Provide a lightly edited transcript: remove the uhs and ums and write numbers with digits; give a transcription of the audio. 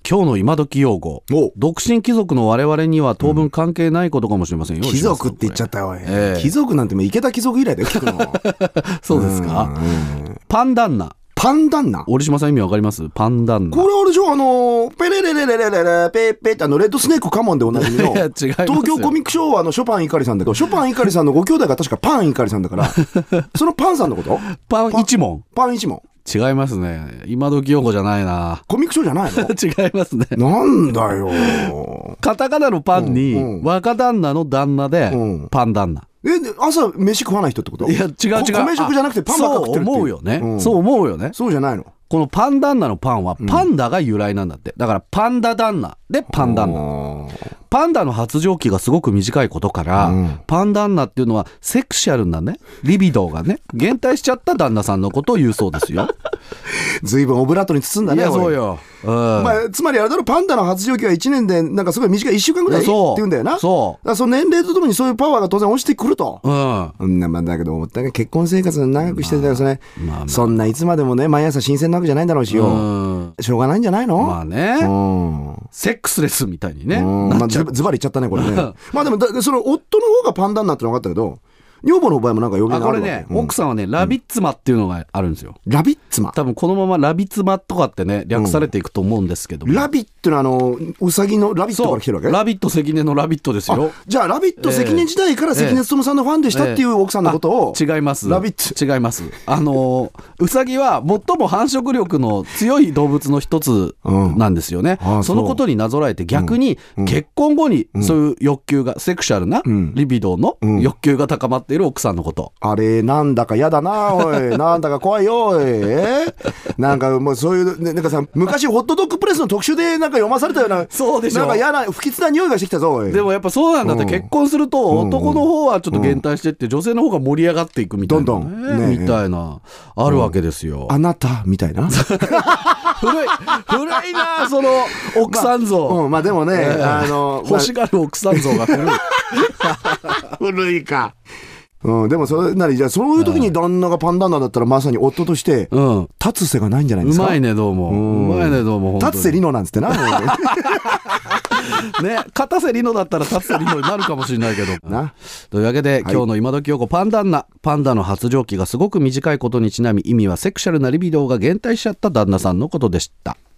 今日の今時用語。独身貴族の我々には当分関係ないことかもしれませんよ。 貴族って言っちゃったよ。貴族なんてもう池田貴族以来だよ、聞くの。 そうですか。パン旦那。 パン旦那。 折島さん意味わかります？パン旦那。 これあれでしょ、ペレレレレレレレペーペーってレッドスネークカモンでおなじみの。東京コミックショーはショパン・イカリさんだけど、ショパン・イカリさんのご兄弟が確かパン・イカリさんだから、そのパンさんのこと？ パン一門。 パン一門。 違いますね。今時用語じゃないな。 コミックショーじゃないの？ 違いますね。 なんだよ。 カタカナのパンに若旦那の旦那でパン旦那。 朝飯食わない人ってこと？いや違う。米食じゃなくてパンばっか食ってるっていう。そう思うよね。そう思うよね。そうじゃないの。このパン旦那のパンはパンダが由来なんだって。だからパンダ旦那でパン旦那。パンダの発情期がすごく短いことから、パン旦那っていうのはセクシャルなね、リビドーがね、減退しちゃった旦那さんのことを言うそうですよ。ずいぶんオブラートに包んだね。いやそうよ。つまりあれだろ、パンダの発情期は1年でなんかすごい短い1週間ぐらいって言うんだよな。そう。だからその年齢とともにそういうパワーが当然落ちてくると。まあだけど結婚生活長くしてたらそれ、そんないつまでもね毎朝新鮮なわけじゃないんだろうしよ。しょうがないんじゃないの？まあね。セックスレスみたいにね。ズバリ言っちゃったねこれね。まあでもその夫の方がパンダになっての分かったけど。女房の場合もなんか呼び名があるわけ。これね、奥さんはね、ラビッツマっていうのがあるんですよ。ラビッツマ？多分このままラビツマとかってね、略されていくと思うんですけども。ラビってのはうさぎのラビットから来てるわけ？ラビット関根のラビットですよ。じゃあラビット関根時代から関根勤さんのファンでしたっていう奥さんのことを。違います。ラビッツ。違います。うさぎは最も繁殖力の強い動物の一つなんですよね。そのことになぞらえて逆に結婚後にそういう欲求が、セクシャルなリビドーの欲求が高まっている奥さんのこと。あれなんだかやだなおい。なんだか怖いよおい。なんかもうそういうなんかさ、昔ホットドッグプレスの特集でなんか読まされたような。そうでしょ。なんか嫌な不吉な匂いがしてきたぞおい。でもやっぱそうなんだって、結婚すると男の方はちょっと減退してって女性の方が盛り上がっていくみたいな、どんどんみたいなあるわけですよ。あなたみたいな。古いなその奥さん像。まあでもね、欲しがる奥さん像が古い。古いか。でもそれなり、じゃあそういう時に旦那がパンダンナだったらまさに夫として立つ瀬がないんじゃないですか。うまいねどうも。うまいねどうも。立つ瀬リノなんつってな。ね、片瀬リノだったら立つ瀬リノになるかもしれないけどな。というわけで、今日の今時用語パンダンナ。パンダの発情期がすごく短いことにちなみ、意味はセクシャルなリビドーが減退しちゃった旦那さんのことでした。